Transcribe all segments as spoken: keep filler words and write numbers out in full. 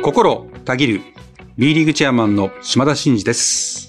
心たぎる B リーグチェアマンの島田真二です。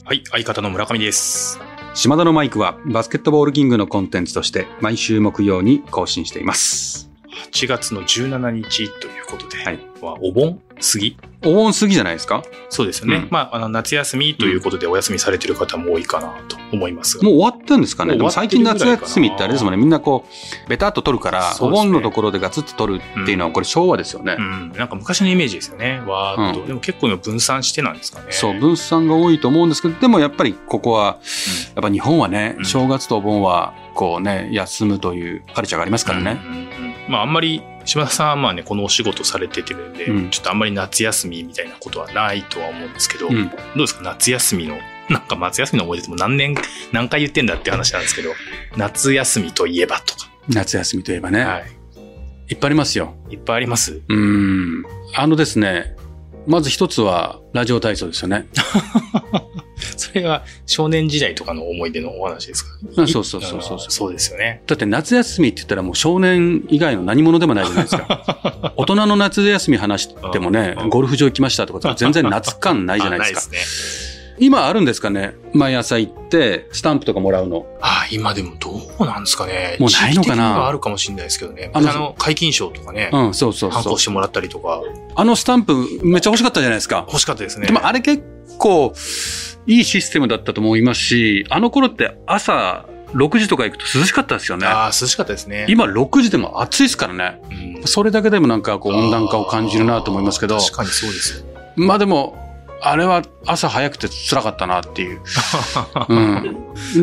はい、相方の村上です。 島田のマイクはバスケットボールキングのコンテンツとして毎週木曜に更新しています。 はちがつのじゅうしちにちということで、 はい、 はお盆過ぎお盆過ぎじゃないですか。 そうですよね、うん、まあ、あの夏休みということでお休みされている方も多いかなと思いますが、 もう終わったんですかね。でも最近夏休みってあれですもんね、みんなこうベタっと取るから、ね、お盆のところでガツッと取るっていうのはこれ昭和ですよね、 うんうん、なんか昔のイメージですよね。わーっと、うん、でも結構分散してなんですかね。 そう、分散が多いと思うんですけど、でもやっぱりここは、うん、やっぱ日本はね、うん、正月とお盆はこうね休むというカルチャーがありますからね、 うんうんうん、まああんまり島田さんはまあねこのお仕事されててるんで、うん、ちょっとあんまり夏休みみたいなことはないとは思うんですけど、うん、どうですか夏休みのなんか夏休みの思い出っても何年何回言ってんだって話なんですけど、夏休みといえばとか。 夏休みといえばね、はい、いっぱいありますよ。 いっぱいあります。 うーんあのですね、まず一つはラジオ体操ですよね。 それは少年時代とかの思い出のお話ですか？ そうそうそうそうそう。 そうですよね。 だって夏休みって言ったらもう少年以外の何者でもないじゃないですか。大人の夏休み話してもね、ゴルフ場行きましたとか全然夏感ないじゃないですか。ないですね。今あるんですかね。毎朝行ってスタンプとかもらうの。 ああ、今でもどうなんですかね。 もうないのかな。地域的にはあるかもしれないですけどね。あの、あの解禁賞とかね。 うん、そうそうそう。 反抗してもらったりとか。 あのスタンプめっちゃ欲しかったじゃないですか。 欲しかったですね。 でもあれ結構いいシステムだったと思いますし、あの頃って朝ろくじとか行くと涼しかったですよね。 ああ、涼しかったですね。 今ろくじでも暑いですからね。うん、それだけでもなんかこう温暖化を感じるなと思いますけど。 確かにそうですよね。 まあでも、あれは朝早くて辛かったなっていう。うん、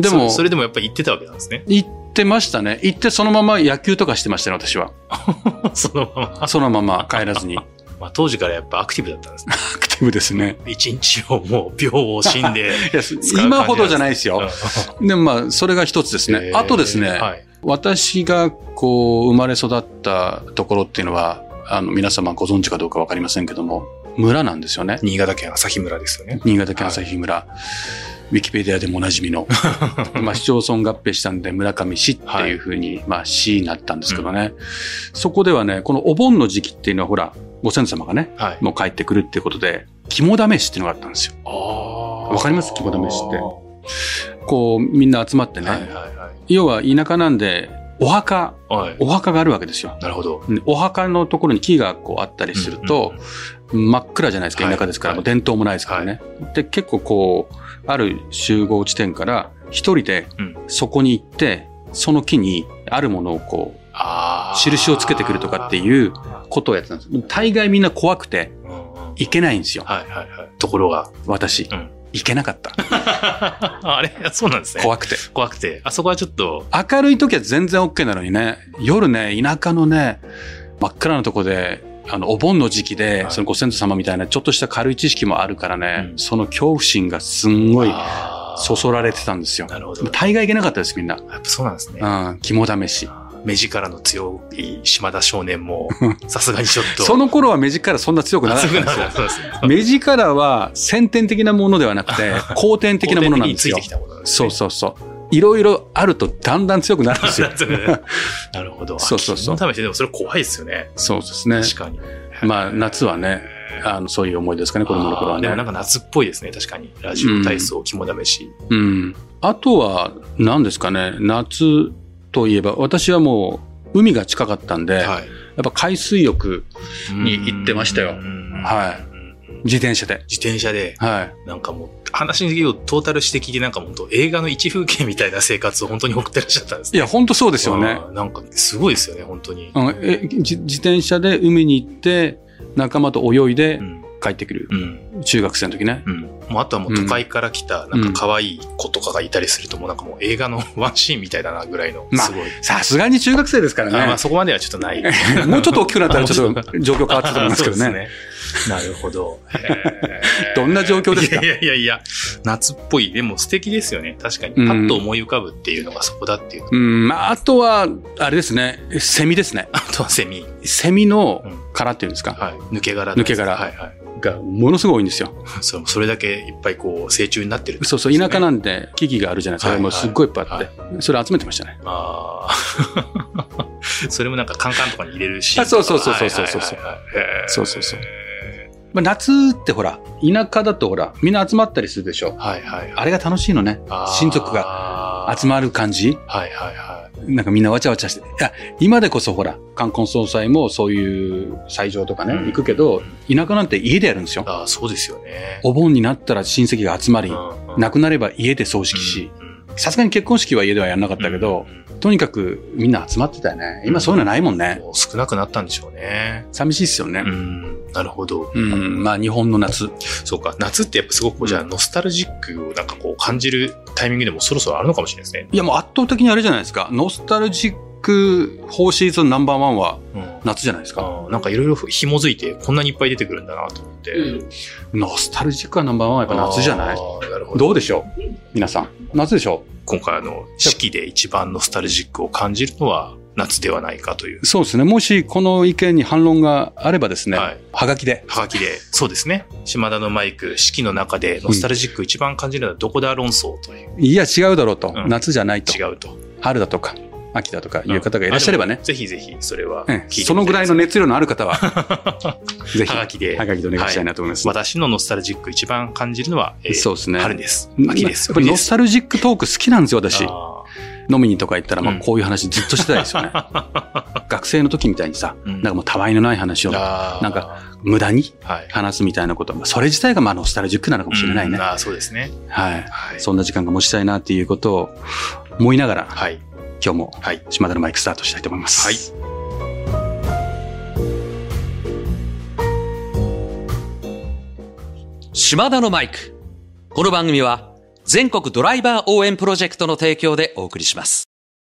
でもそ、それでもやっぱり行ってたわけなんですね。 行ってましたね。行ってそのまま野球とかしてましたね、私は。 そのままそのまま帰らずに。 まあ当時からやっぱアクティブだったんですね。 アクティブですね。 一日をもう秒を死んで。いや今ほどじゃないですよ。でもまあそれが一つですね。あとですね、はい、私がこう生まれ育ったところっていうのは、あの皆様ご存知かどうかわかりませんけども、村なんですよね。 新潟県朝日村ですよね。 新潟県朝日村。はい、ウィキペディアでもおなじみの。まあ市町村合併したんで村上市っていう風に、はい、まあ市になったんですけどね、うん。そこではね、このお盆の時期っていうのはほら、ご先祖様がね、はい、もう帰ってくるっていうことで、肝試しっていうのがあったんですよ。わかります？肝試しって。こうみんな集まってね。はいはいはい、要は田舎なんで、お墓、はい、お墓があるわけですよ。 なるほど。 お墓のところに木がこうあったりすると、うんうんうん、真っ暗じゃないですか、田舎ですから、はい、もう伝統もないですからね。はい、で、結構こう、ある集合地点から一人でそこに行って、うん、その木にあるものをこう、印をつけてくるとかっていうことをやってたんです。大概みんな怖くて、行けないんですよ。 はいはいはい。ところが。 私。うん行けなかった。 あれそうなんですね。 怖くて。 怖くて。あそこはちょっと。 明るい時は全然 OK なのにね、夜ね、田舎のね、真っ暗なとこで、あの、お盆の時期で、はい、そのご先祖様みたいなちょっとした軽い知識もあるからね、うん、その恐怖心がすんごいそそられてたんですよ。なるほど。大概行けなかったです、みんな。 やっぱそうなんですね。 うん、肝試し。 目力の強い島田少年も、さすがにちょっと。 その頃は目力そんな強くなかったんですよ。目力は先天的なものではなくて、後天的なものなんですよ。後天的についてきたものなんですね。そうそうそう。いろいろあるとだんだん強くなるんですよ。 なるほど。 そうそうそう。 その試しでもそれ怖いですよね。 そうですね。 確かに。 まあ夏はね、あのそういう思いですかね、子供の頃はね。 でもなんか夏っぽいですね、確かに。ラジオ体操、肝試し。 うん。うん。あとは何ですかね、夏といえば、私はもう、海が近かったんで、はい、やっぱ海水浴に行ってましたよ。はい。自転車で。 自転車で。 はい。 なんかもう、話に言うとトータルして聞いてなんか本当映画の一風景みたいな生活を本当に送ってらっしゃったんですね。 いや、本当そうですよね。 なんかすごいですよね、本当に。 うん、え自転車で海に行って、仲間と泳いで帰ってくる。うん、中学生の時ね。 うん。もうあとはもう都会から来た、なんか可愛い子とかがいたりすると、もうなんかもう映画のワンシーンみたいだなぐらいの、すごい。 さすがに中学生ですからね。 あまあそこまではちょっとない。 もうちょっと大きくなったらちょっと状況変わってたと思いますけどね。そうですね。なるほど。 どんな状況ですか？ いやいやいや、夏っぽい。でも素敵ですよね。確かに。パッと思い浮かぶっていうのがそこだっていう。 うん、まあ、あとは、あれですね。セミですね。 あとはセミ。 セミの殻っていうんですか？ はい。抜け殻。 抜け殻。はいはい。がものすごい多いんですよ。 そう、それだけいっぱいこう成虫になってる、ね。 そうそう、田舎なんで木々があるじゃないですか。はいはい、もうすっごいいっぱいあって、はいはい、それ集めてましたね。ああ。それもなんかカンカンとかに入れるし。 あ、そうそうそうそうそうそう。そうそうそう。 まあ、夏ってほら、田舎だとほら、みんな集まったりするでしょ。 はいはい。 あれが楽しいのね。親族が集まる感じ。 はいはいはい。 なんかみんなわちゃわちゃして。いや、今でこそほら、冠婚葬祭もそういう斎場とかね、うん、行くけど、田舎なんて家でやるんですよ。 ああ、そうですよね。 お盆になったら親戚が集まり、うんうん、亡くなれば家で葬式し、さすがに結婚式は家ではやらなかったけど、うんうん、とにかくみんな集まってたよね。今そういうのないもんね。 もう少なくなったんでしょうね。 寂しいですよね。 うん、なるほど。 うん、まあ日本の夏。 そうか、夏ってやっぱすごくじゃあノスタルジックをなんかこう感じるタイミングでもそろそろあるのかもしれないですね。 いやもう圧倒的にあれじゃないですか。ノスタルジックフォーシーズンナンバーワンは夏じゃないですか。 うん、なんかいろいろ紐づいてこんなにいっぱい出てくるんだなと思って。うん、 ノスタルジックはナンバーワンはやっぱ夏じゃない？なるほど。どうでしょう皆さん。夏でしょう？ 今回あの、四季で一番ノスタルジックを感じるのは夏ではないかという。 そうですね。もしこの意見に反論があればですね、はい、はがきで。 はがきで。そうですね。島田のマイク、四季の中でノスタルジックを一番感じるのはどこだ論争という。 うん、いや、違うだろうと、うん。夏じゃないと。 違うと。 春だとか。秋だとかいう方がいらっしゃればね。 うん、ぜひぜひ、それは聞いてみたいです。 そのぐらいの熱量のある方は、ぜひ、 はがきで。 はがきでお願いしたいなと思います。 はい、私のノスタルジック一番感じるのは、えー、 そうですね。 春です。秋です。 やっぱりノスタルジックトーク好きなんですよ、私。飲みにとか行ったら、まあこういう話ずっとしてたいですよね。うん、学生の時みたいにさ、なんかもうたわいのない話を、なんか無駄に話すみたいなことは、それ自体がまあノスタルジックなのかもしれないね。 うん、ああ、そうですね。 はい。はい、そんな時間が持ちたいなっていうことを思いながら、はい。今日も島田のマイクスタートしたいと思います。はい。 島田のマイク。この番組は全国ドライバー応援プロジェクトの提供でお送りします。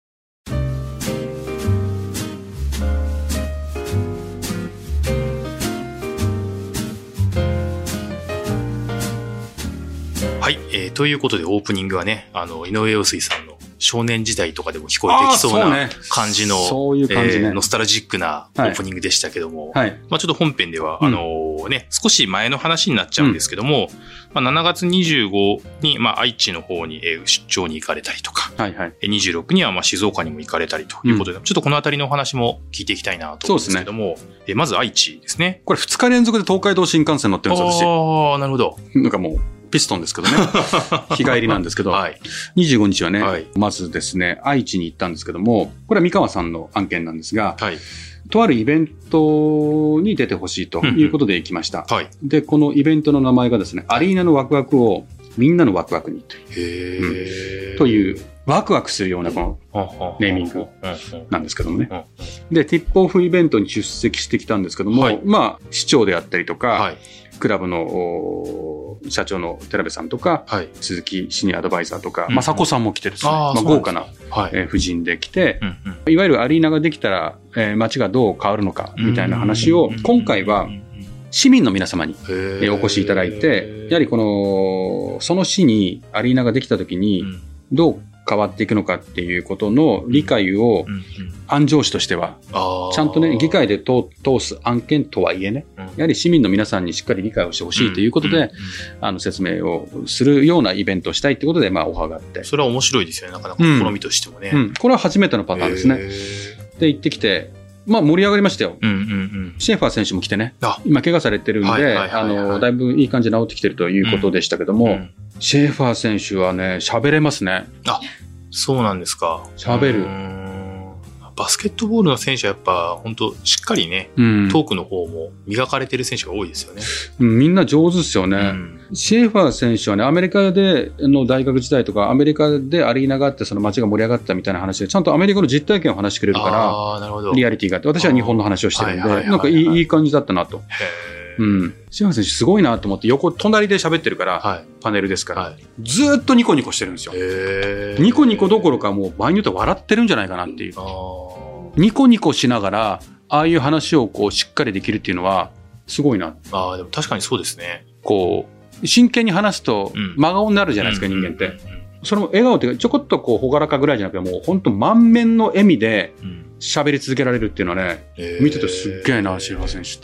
はい、えー、ということでオープニングはね、あの井上陽水さんの少年時代とかでも聞こえてきそうな感じの、 そういう感じね、 えー、ノスタルジックなオープニングでしたけども、 はい、 まあちょっと本編では、うん、あのね、少し前の話になっちゃうんですけども、うん、まあ、しちがつにじゅうごに、まあ愛知の方に出張に行かれたりとか、はいはい、にじゅうろくにはまあ静岡にも行かれたりということで、うん、ちょっとこのあたりのお話も聞いていきたいなと思うんですけども、えまず愛知ですね。 これふつか連続で東海道新幹線乗ってるんですよ、 私。ああ、なるほど。 なんかもう、ピストンですけどね。日帰りなんですけど、はい、にじゅうごにちはね、はい、まずですね、愛知に行ったんですけども、これは三河さんの案件なんですが、はい、とあるイベントに出てほしいということで行きました。うんうん、はい、で、このイベントの名前がですね、アリーナのワクワクをみんなのワクワクにという、うん、という、ワクワクするようなこのネーミングなんですけどもね。で、ティップオフイベントに出席してきたんですけども、はい、まあ、市長であったりとか、はい、クラブの社長の寺部さんとか、はい、鈴木シニアアドバイザーとか、うんうん、まあ、佐古さんも来てですね、あまあ、豪華な、はいえー、夫人で来て、うんうん、いわゆるアリーナができたら、えー、街がどう変わるのかみたいな話を、今回は市民の皆様に、えー、お越しいただいて、やはりこの、その市にアリーナができた時に、どう変わっていくのかっていうことの理解を、安城市としては、ちゃんとね、議会で通す案件とはいえね、やはり市民の皆さんにしっかり理解をしてほしいということで、あの、説明をするようなイベントをしたいということで、まあ、オファーがあって。 それは面白いですよね、なかなか試みとしてもね。 うんうん、これは初めてのパターンですね。で、行ってきて、まあ、盛り上がりましたよ。うんうんうん、シェーファー選手も来てね、今、怪我されてるんで、あの、だいぶいい感じに治ってきてるということでしたけども、うんうん、シェーファー選手はね、喋れますね。 あ、そうなんですか。 喋る。 バスケットボールの選手はやっぱ本当しっかりね、うん、トークの方も磨かれてる選手が多いですよね。 うん、みんな上手ですよね、うん。シェーファー選手はね、アメリカでの大学時代とか、アメリカでアリーナがあってその街が盛り上がったみたいな話で、ちゃんとアメリカの実体験を話してくれるから、あ、なるほど、リアリティがあって、私は日本の話をしてるんで、なんかいい、いい感じだったなと。うん。シェーファー選手すごいなと思って、横、隣で喋ってるから、はい、パネルですから、はい、ずーっとニコニコしてるんですよ。へー。ニコニコどころかもう場合によっては笑ってるんじゃないかなっていう。ニコニコしながら、ああいう話をこうしっかりできるっていうのは、すごいな。 ああ、でも確かにそうですね。 こう、真剣に話すと、真顔になるじゃないですか、うん、人間って。それも笑顔っていうか、ちょこっとこう、ほがらかぐらいじゃなくて、もう本当満面の笑みで、喋り続けられるっていうのはね、うん、見ててすっげえな、シェーファー選手って。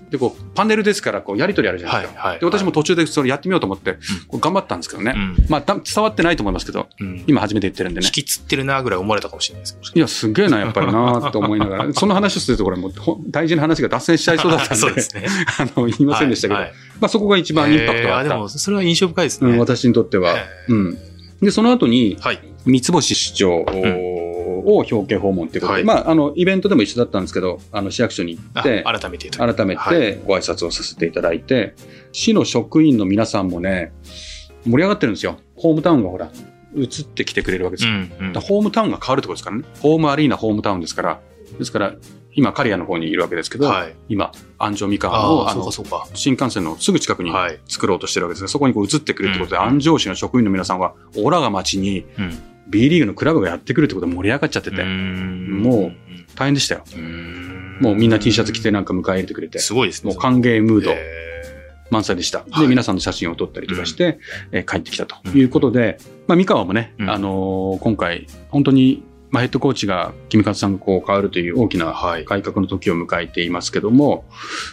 でこうパネルですからこうやり取りあるじゃないですか、 はいはい、 で私も途中でそれやってみようと思って、こう頑張ったんですけどね、うん、まあ伝わってないと思いますけど、うん、今初めて言ってるんでね、 引きつってるなぐらい思われたかもしれないです。 いやすげえなやっぱりなと思いながらその話をするとこれもう大事な話が脱線しちゃいそうだったんでそうです、ね、あの言いませんでしたけど、はいはい、まあ、そこが一番インパクトがあった。 でもそれは印象深いですね、 うん、私にとっては、うん、でその後に、はい、三つ星市長を表敬訪問ということで、はい、まあ、あのイベントでも一緒だったんですけど、あの市役所に行って改めて改めてご挨拶をさせていただいて、はい、市の職員の皆さんもね盛り上がってるんですよ。ホームタウンがほら移ってきてくれるわけですよ、うんうん、だホームタウンが変わるってことですからね。ホームアリーナホームタウンですから、ですから今刈谷の方にいるわけですけど、はい、今安城三河の、あの新幹線のすぐ近くに作ろうとしてるわけですが、そこにこう移ってくるってことで、うん、安城市の職員の皆さんはオラが町に B リーグのクラブがやってくるってことで盛り上がっちゃってて、うん、もう大変でしたよ。うん、もうみんな T シャツ着てなんか迎え入れてくれて、 すごいですね。 もう歓迎ムード満載でした。で、はい、皆さんの写真を撮ったりとかして、うん、えー、帰ってきたということで、まあ、三河もね、うん、あのー、今回本当にまあ、ヘッドコーチが君勝さんがこう変わるという大きな改革の時を迎えていますけども、はい、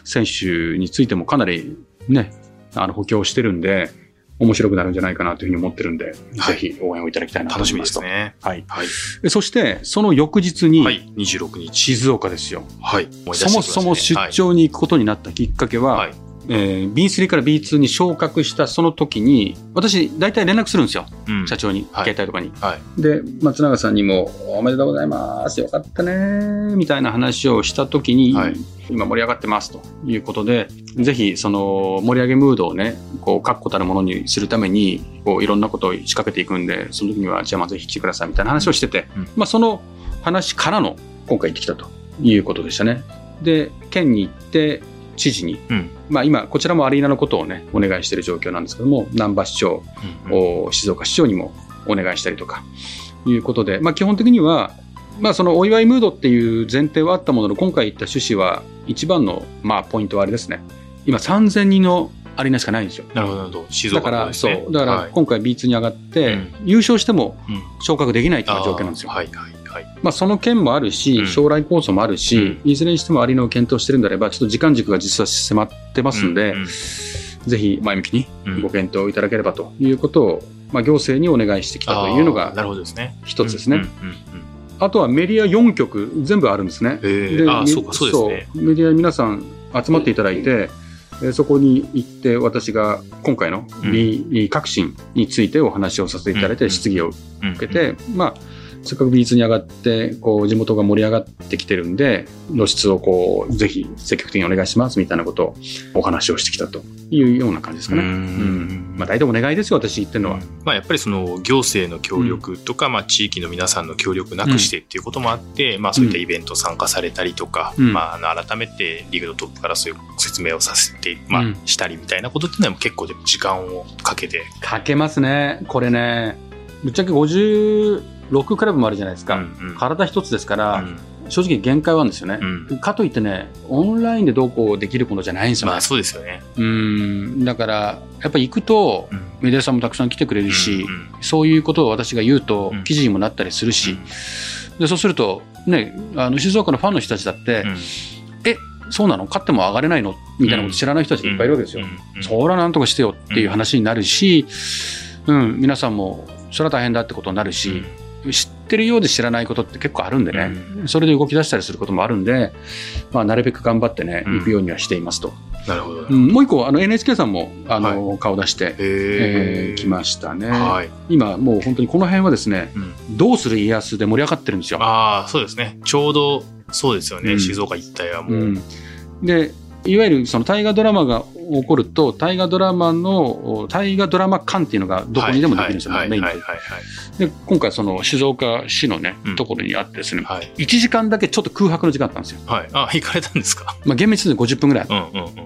選手についてもかなりね、あの補強してるんで面白くなるんじゃないかなというふうに思ってるんで、はい、ぜひ応援をいただきたいなと思いますと。 楽しみですね。 はい。はい、そしてその翌日に、 はい、にじゅうろくにち静岡ですよ。 はい。 そもそも出張に行くことになったきっかけは、はい、えー、ビースリー から ビーツー に昇格したその時に、私大体連絡するんですよ、うん、社長に、はい、携帯とかに、はい、で松永さんにもおめでとうございますよかったねみたいな話をした時に、はい、今盛り上がってますということで、ぜひその盛り上げムードをねこう確固たるものにするためにこういろんなことを仕掛けていくんで、その時にはじゃあまずぜひ来てくださいみたいな話をしてて、うん、まあ、その話からの今回行ってきたということでしたね。で県に行って知事に、うん、まあ、今こちらもアリーナのことをねお願いしている状況なんですけども、難波市長、うんうん、静岡市長にもお願いしたりとかいうことで、まあ、基本的には、まあ、そのお祝いムードっていう前提はあったものの、今回言った趣旨は一番のまあポイントはあれですね、今さんぜんにんのアリーナしかないんですよ。 なるほど、なるほど。静岡のですね。 だからそう、だから今回 ビーツー に上がって、はい、優勝しても昇格できないという状況なんですよ。 うん、はいはいはい。 まあ、その件もあるし、うん、将来構想もあるし、うん、いずれにしてもアリーナを検討してるんであれば、ちょっと時間軸が実は迫ってますんで、うんうん、ぜひ前向きにご検討いただければということを、まあ、行政にお願いしてきたというのが一つですね。あとはメディアよんきょく全部あるんですね。 で、あ、そうか、そうですね。 メディア皆さん集まっていただいて、そこに行って私が今回の B 革新についてお話をさせていただいて質疑を受けて、まあせっかく ビーツー に上がってこう地元が盛り上がってきてるんで露出をこうぜひ積極的にお願いしますみたいなことをお話をしてきたというような感じですかね。うん、まあ、大体お願いですよ私言ってるのは。 まあ、やっぱりその行政の協力とか、うん、まあ、地域の皆さんの協力なくしてっていうこともあって、うん、まあ、そういったイベント参加されたりとか、うん、まあ、あの改めてリーグのトップからそういう説明をさせて、まあ、したりみたいなことっていうのは結構でも時間をかけてかけますね。これねぶっちゃけごじゅうろくクラブもあるじゃないですか、うんうん、体一つですから、うん、正直限界はあるんですよね、うん、かといってねオンラインでどうこうできることじゃないんですよね。 まあそうですよね。 うん、だからやっぱり行くと、うん、メディアさんもたくさん来てくれるし、うんうん、そういうことを私が言うと記事にもなったりするし、うん、でそうするとねあの静岡のファンの人たちだって、うん、えそうなの勝っても上がれないのみたいなこと知らない人たちがいっぱいいるわけですよ、うんうん、そらなんとかしてよっていう話になるし、うんうん、皆さんもそれは大変だってことになるし、うん、知ってるようで知らないことって結構あるんでね、うん、それで動き出したりすることもあるんで、まあ、なるべく頑張ってね、うん、行くようにはしていますと。 なるほど、 うん、もう一個あの エヌエイチケー さんもあの、はい、顔出して、えー、来ましたね、はい、今もう本当にこの辺はですね、うん、どうする家康で盛り上がってるんですよ。 ああそうですね、ちょうどそうですよね、うん、静岡一帯はもう、うん、でいわゆるその大河ドラマが起こると大河ドラマの大河ドラマ館っていうのがどこにでもできるんですよ、メインで。で今回その静岡市のね、うん、ところにあってですね、はい、いちじかんだけちょっと空白の時間あったんですよ。 はい、あ行かれたんですか。 まあ厳密にごじゅっぷんぐらい、うんうんうん、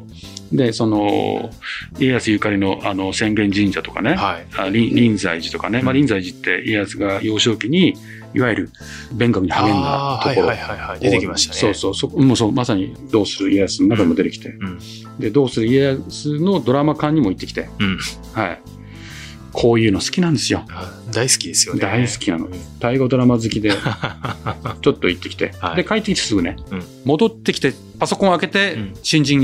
でその家康ゆかりのあの浅間神社とかね、はい、あ臨済寺とかね、まあ、臨済寺って家康が幼少期にいわゆる勉学に励んだところ、はいはいはいはい、 出てきましたね。 そうそう、そもうそうまさにどうする家康の中にも出てきて、うんうん、でどうする家康のドラマ館にも行ってきて、うん、はい、こういうの好きなんですよ。 大好きですよね。 大好きなの。大河ドラマ好きでちちょっと行ってきて、はい、で帰ってきてすぐね、うん、戻ってきてパソコン開けて新人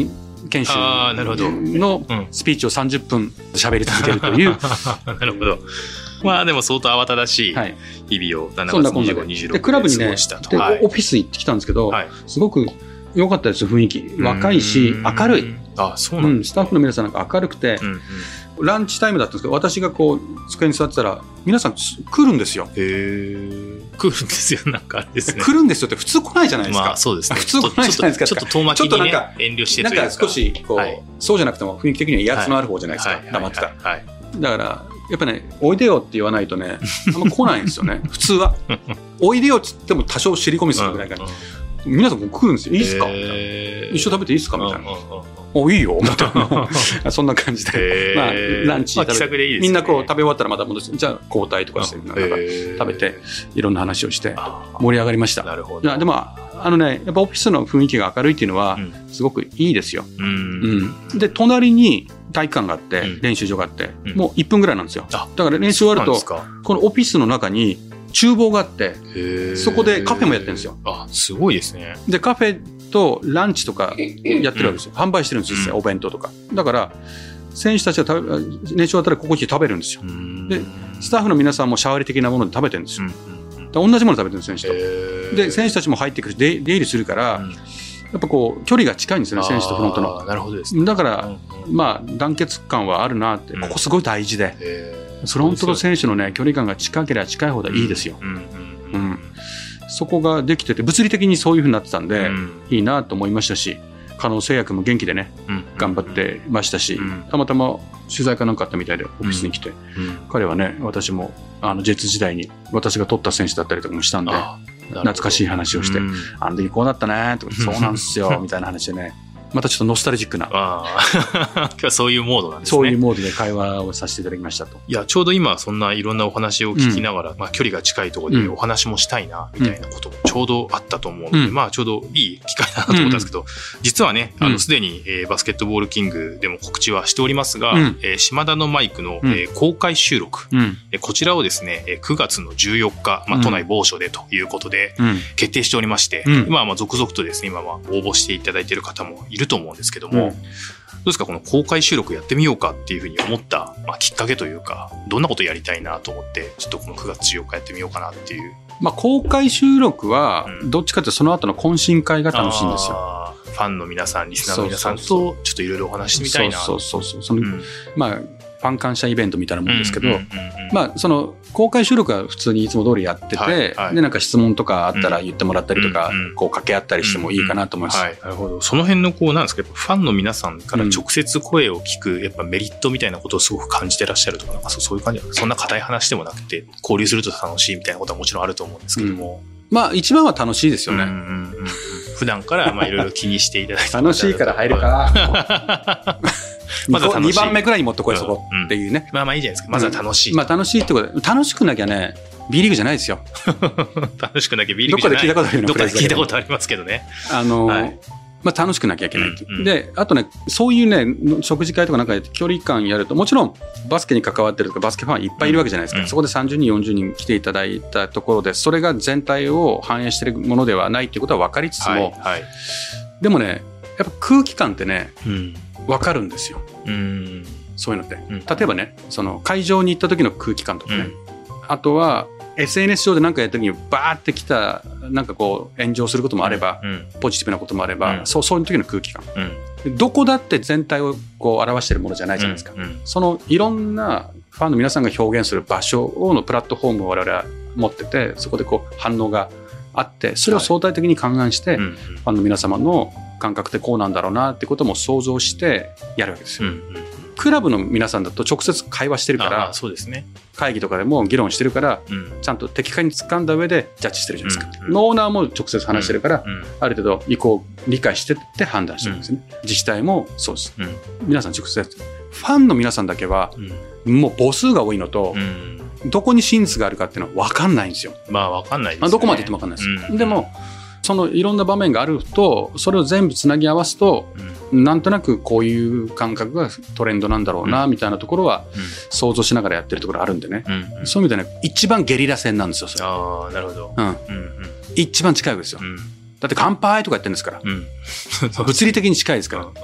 研修あーなるほどのスピーチをさんじゅっぷん喋り続けるという、 なるほど。まあでも相当慌ただしいはい、 日々をしちがつにじゅうご、にじゅうろくでクラブにね過ごしたと。 で、 はいオフィス行ってきたんですけど、 はいすごく良かったですよ、雰囲気。若いし明るい。 あ、そううん、 なんですね。 スタッフの皆さんなんか明るくて、 うんうんランチタイムだったんですけど、私がこう机に座ってたら皆さん来るんですよ。 へー来るんですよ、なんかあれですね。 来るんですよって普通来ないじゃないですか。 まあそうですね。 普通来ないじゃないですか。 ちょっとちょっと遠巻きにねちょっとなんか遠慮してなんというか少しこう、 はいそうじゃなくても雰囲気的には威圧のある方じゃないですか、 はい黙ってたら、 はいはいだからやっぱね、おいでよって言わないとね、あんま来ないんですよね普通は。おいでよっつっても多少尻込みするぐらいから、 うんうん皆さんもう来るんですよ。いいっすか、 へー一緒食べていいっすかみたいな、 うんうんうんおいいよみたいなそんな感じで、 へーまあ、ランチ食べて、 まあ気さくでいいですねみんなこう食べ終わったらまた戻してじゃあ交代とかしてなんかへー食べていろんな話をしてあ盛り上がりました。 なるほど。 いやでもあのね、やっぱオフィスの雰囲気が明るいっていうのはうんすごくいいですよ、 うんうん、で隣に体育館があって、 うん練習場があって、 うんもういっぷんぐらいなんですよ。 あだから練習終わるとそうなんですか。 このオフィスの中に厨房があって、 へーそこでカフェもやってるんですよ。 あ、すごいですね。 でカフェとランチとかやってるわけですよ、販売してるんですよ、実際うんお弁当とか。だから選手たちは食べ練習終わったらここ来て食べるんですよ。でスタッフの皆さんもシャワリ的なもので食べてるんですよ。 うんだから同じもの食べてるんです選手と。 へーで選手たちも入ってくる出出入りするから、 うんやっぱこう距離が近いんですよね、選手とフロントの。 あーなるほどですね。 だから、 うんまあ団結感はあるなって、 うんここすごい大事で、 へーフロントと選手のね距離感が近ければ近いほどいいですよ、 うんうんうんそこができてて物理的にそういう風になってたんで、 うんいいなと思いましたし、加納製薬も元気でねうん頑張ってましたし、 うんたまたま取材かなんかあったみたいでオフィスに来て、 うん彼はね私もあのジェッツ時代に私が取った選手だったりとかもしたんで、 あ懐かしい話をして、 うんあの時こうだったねとかそうなんですよみたいな話でね、またちょっとノスタルジックな、 あー今日はそういうモードなんですね。 そういうモードで会話をさせていただきましたと。 いや、ちょうど今、そんないろんなお話を聞きながら、まあ、距離が近いところでお話もしたいな、みたいなこともちょうどあったと思うので、 うんまあ、ちょうどいい機会だなと思ったんですけど、実はね、あの、 うんすでに、えーバスケットボールキングでも告知はしておりますが、 うんえー島田のマイクの、 うんえー公開収録、 うんえーこちらをですね、えーくがつのじゅうよっか、まあ、 うん都内某所でということで、 うん決定しておりまして、 うん今はまあ続々とですね、今は応募していただいている方もいると思うんですけども、 うんどうですか、この公開収録やってみようかっていうふうに思った、まあ、きっかけというか、どんなことやりたいなと思って、ちょっとこのくがつじゅうよっかやってみようかなっていう。 まあ、公開収録はうんどっちかというとその後の懇親会が楽しいんですよ。 あーファンの皆さん、リスナーの皆さんそうそうとちょっといろいろお話してみたいな。 そうそうそうそうその、 うんまあファン感謝イベントみたいなもんですけど、 うんうんうんうんまあその公開収録は普通にいつも通りやってて、 はいはいでなんか質問とかあったら言ってもらったりとか、 うんうんこう掛け合ったりしてもいいかなと思います。 はい、なるほど。その辺のこうなんですか、やっぱファンの皆さんから直接声を聞く、やっぱメリットみたいなことをすごく感じてらっしゃるとか、なんかそうそういう感じなんですか。そんな硬い話でもなくて、交流すると楽しいみたいなことはもちろんあると思うんですけども。 まあ一番は楽しいですよね。 うんうんうんうん普段からまあいろいろ気にしていただいて。 楽しいから入るか。 まずは楽しいにばんめぐらいに持ってこいそこっていうね。 まあまあいいじゃないですか。まずは楽しい。 まあ楽しいってことで、楽しくなきゃね、B リーグじゃないですよ。 楽しくなきゃ B リーどこグじゃない。 で聞いたことあるようなどっかでフレーズだけど聞いたことありますけどね。 あの、 はいまあ楽しくなきゃいけないっていう、 うんうんで、あとね、そういうね、食事会とかなんかやって距離感やると、もちろんバスケに関わってるとか、バスケファンいっぱいいるわけじゃないですか。 うんそこでさんじゅうにん、よんじゅうにん来ていただいたところで、それが全体を反映しているものではないっていうことは分かりつつも、 はい。はい。 でもね、やっぱ空気感ってね、 うん。 分かるんですよ。 うん。 そういうのって。 うん例えばね、その会場に行った時の空気感とかね、 うんあとは エスエヌエス 上で何かやった時にバーってきた、なんかこう炎上することもあれば、 うん。 ポジティブなこともあれば、 うんそうそういう時の空気感。 うん。 どこだって全体をこう表しているものじゃないじゃないですか。 うん。 そのいろんなファンの皆さんが表現する場所のプラットフォームを我々は持ってて、そこでこう反応があって、それを相対的に勘案して、 うん。 ファンの皆様の感覚ってこうなんだろうなってことも想像してやるわけですよ。 うん。 クラブの皆さんだと直接会話してるかあらあ、そうですね。 会議とかでも議論してるから、 うん。 ちゃんと的確に掴んだ上でジャッジしてるじゃないですか。 うんうんオーナーも直接話してるから、 うん。 ある程度意向を理解してって判断してるんですね。自治体もそうです。 うん。 皆さん直接やってる。ファンの皆さんだけは、 うん。 もう母数が多いのとう、ん。 どこに真実があるかっていうのは分かんないんですよ。 まあ、わかんないですね。 あどこまで言っても分かんないです。 うんでも、そのいろんな場面があると、それを全部つなぎ合わすと、 うん。 なんとなくこういう感覚がトレンドなんだろうな、みたいなところは想像しながらやってるところあるんでね。 うん。うん。 そういう意味でね、一番ゲリラ戦なんですよ、それ。 ああ、なるほど。 うん。 うん。うん。 一番近いわけですよ。 うん。 だって乾杯とかやってるんですから。 うん。 物理的に近いですから。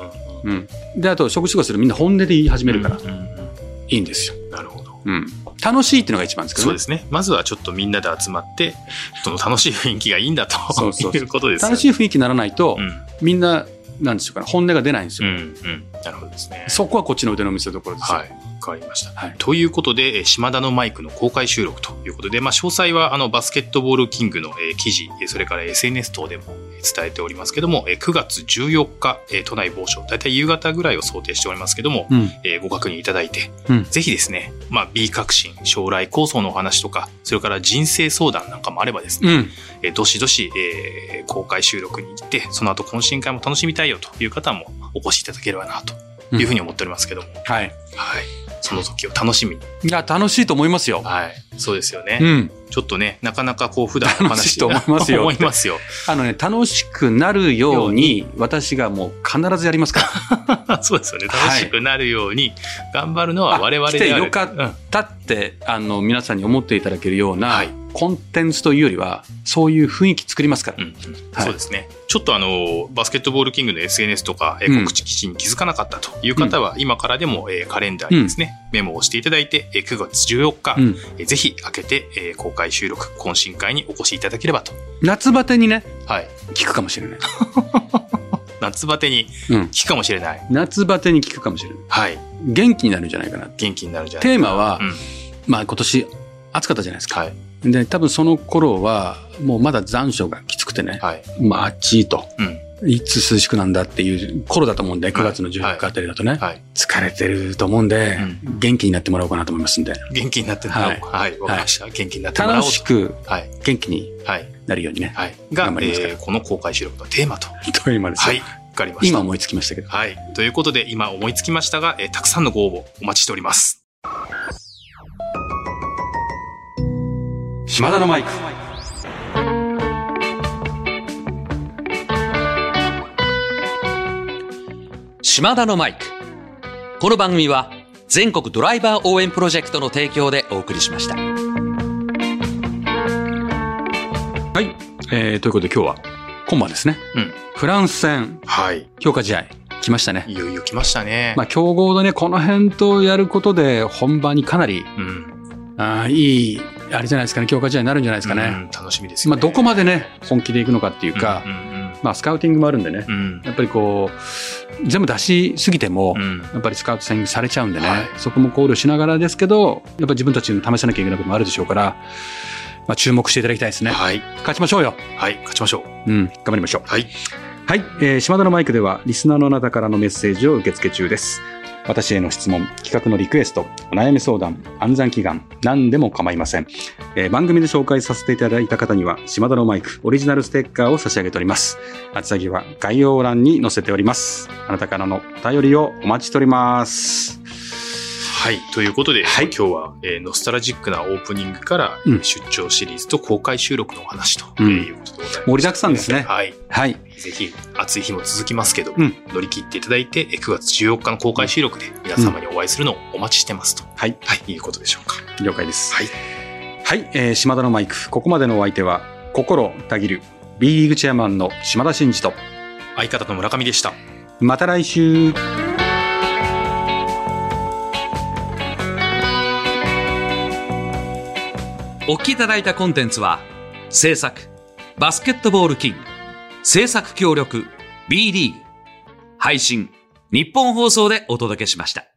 うん。で、あと、食事とかするみんな本音で言い始めるから、 うんうんうん、 いいんですよ。 なるほど。 うん。楽しいっていうのが一番ですけどね。 そうですね。まずはちょっとみんなで集まって、その楽しい雰囲気がいいんだとそうそうそういうことですよね。 楽しい雰囲気にならないと、 うん、 みんな、なんでしょうかね、本音が出ないんですよ。 うんうん。なるほどですね。 そこはこっちの腕の見せ所ですよ。 はい。わかりました。 はい、 ということで、島田のマイクの公開収録ということで、まあ、詳細はあのバスケットボールキングの、えー、記事、それから エスエヌエス 等でも伝えておりますけども、えー、くがつじゅうよっか、えー、都内某所、だいたい夕方ぐらいを想定しておりますけども、うんえー、ご確認いただいて、うん、ぜひですね、まあ、B 革新、将来構想のお話とか、それから人生相談なんかもあればですね、うんえー、どしどし、えー、公開収録に行って、その後懇親会も楽しみたいよという方もお越しいただければなというふうに思っておりますけども、うん、はい。はい。その時を楽しみに。 いや、楽しいと思いますよ。 はい。そうですよね。 うん。 ちょっとね、なかなかこう普段の話楽しいと思いますよ。 思いますよ。 あのね、楽しくなるように、私がもう必ずやりますから。そうですよね。楽しくなるように頑張るのは我々である。 来てよかったって、うん、あの、皆さんに思っていただけるような、はい、コンテンツというよりは、そういう雰囲気作りますから。うんうんはい、そうですね。ちょっとあの、バスケットボールキングの エスエヌエス とか、えー、告知記事に気づかなかったという方は、うん、今からでも、えー、カレンダーにですね、うん、メモをしていただいて、えー、くがつじゅうよっか、うんえー、ぜひ開けて、えー、公開収録、懇親会にお越しいただければと。 夏バテにね、 はい、 聞くかもしれない。 夏バテに聞くかもしれない、 うん。夏バテに聞くかもしれない。 はい。 元気になるんじゃないかな。 元気になるんじゃないかな。 テーマは、うん、まあ今年暑かったじゃないですか。 はい。 で、多分その頃は、もうまだ残暑がきつくてね。はい。まあ暑いと。うん。いつ涼しくなんだっていう頃だと思うんで、くがつのじゅうよっかあたりだとね。はい。疲れてると思うんで、うん、元気になってもらおうかなと思いますんで。 元気になってもらおう。はい。はい。わかりました。元気になってもらおう。 楽しく、はい。元気になるようにね。 はい。が、頑張りますから。えー、この公開収録のテーマと。 というまですはい。わかりました。 今思いつきましたけど。 はい。ということで、今思いつきましたが、えー、たくさんのご応募お待ちしております。 島田のマイク。 島田のマイク。この番組は全国ドライバー応援プロジェクトの提供でお送りしました。 はい、えー、ということで今日は今晩ですね、うん、フランス戦、はい、強化試合来ましたね。 いよいよ来ましたね。 まあ強豪でね、この辺とやることで本番にかなり、うん、あいいあれじゃないですかね、強化試合になるんじゃないですかね。うん、 楽しみですよね。 まあどこまでね本気でいくのかっていうか、うんうんうん、まあスカウティングもあるんでね、うん、やっぱりこう全部出しすぎても、うん、やっぱりスカウト戦されちゃうんでね、はい、そこも考慮しながらですけど、やっぱり自分たちに試さなきゃいけないこともあるでしょうから、まあ注目していただきたいですね。はい、勝ちましょうよ。 はい、勝ちましょう。 うん、頑張りましょう。 はい。 はい、えー、島田のマイクではリスナーのあなたからのメッセージを受け付け中です。私への質問、企画のリクエスト、お悩み相談、暗算祈願、何でも構いません。えー、番組で紹介させていただいた方には、島田のマイクオリジナルステッカーを差し上げております。宛先は概要欄に載せております。あなたからのお便りをお待ちしております。 はい。ということで、はい、今日は、えー、ノスタルジックなオープニングから、うん、出張シリーズと公開収録のお話と、うん、いうことでございます、ね。 盛りだくさんですね。 はい。 はい。 ぜひ、暑い日も続きますけど、うん、乗り切っていただいて、くがつじゅうよっかの公開収録で皆様にお会いするのをお待ちしてますと。うん、はい。はい。いうことでしょうか。 了解です。 はい。 はい。えー、島田のマイク。ここまでのお相手は、心たぎる B リーグチェアマンの島田真二と、 相方の村上でした。 また来週。 お聞きいただいたコンテンツは制作バスケットボールキング、制作協力 B リーグ、配信日本放送でお届けしました。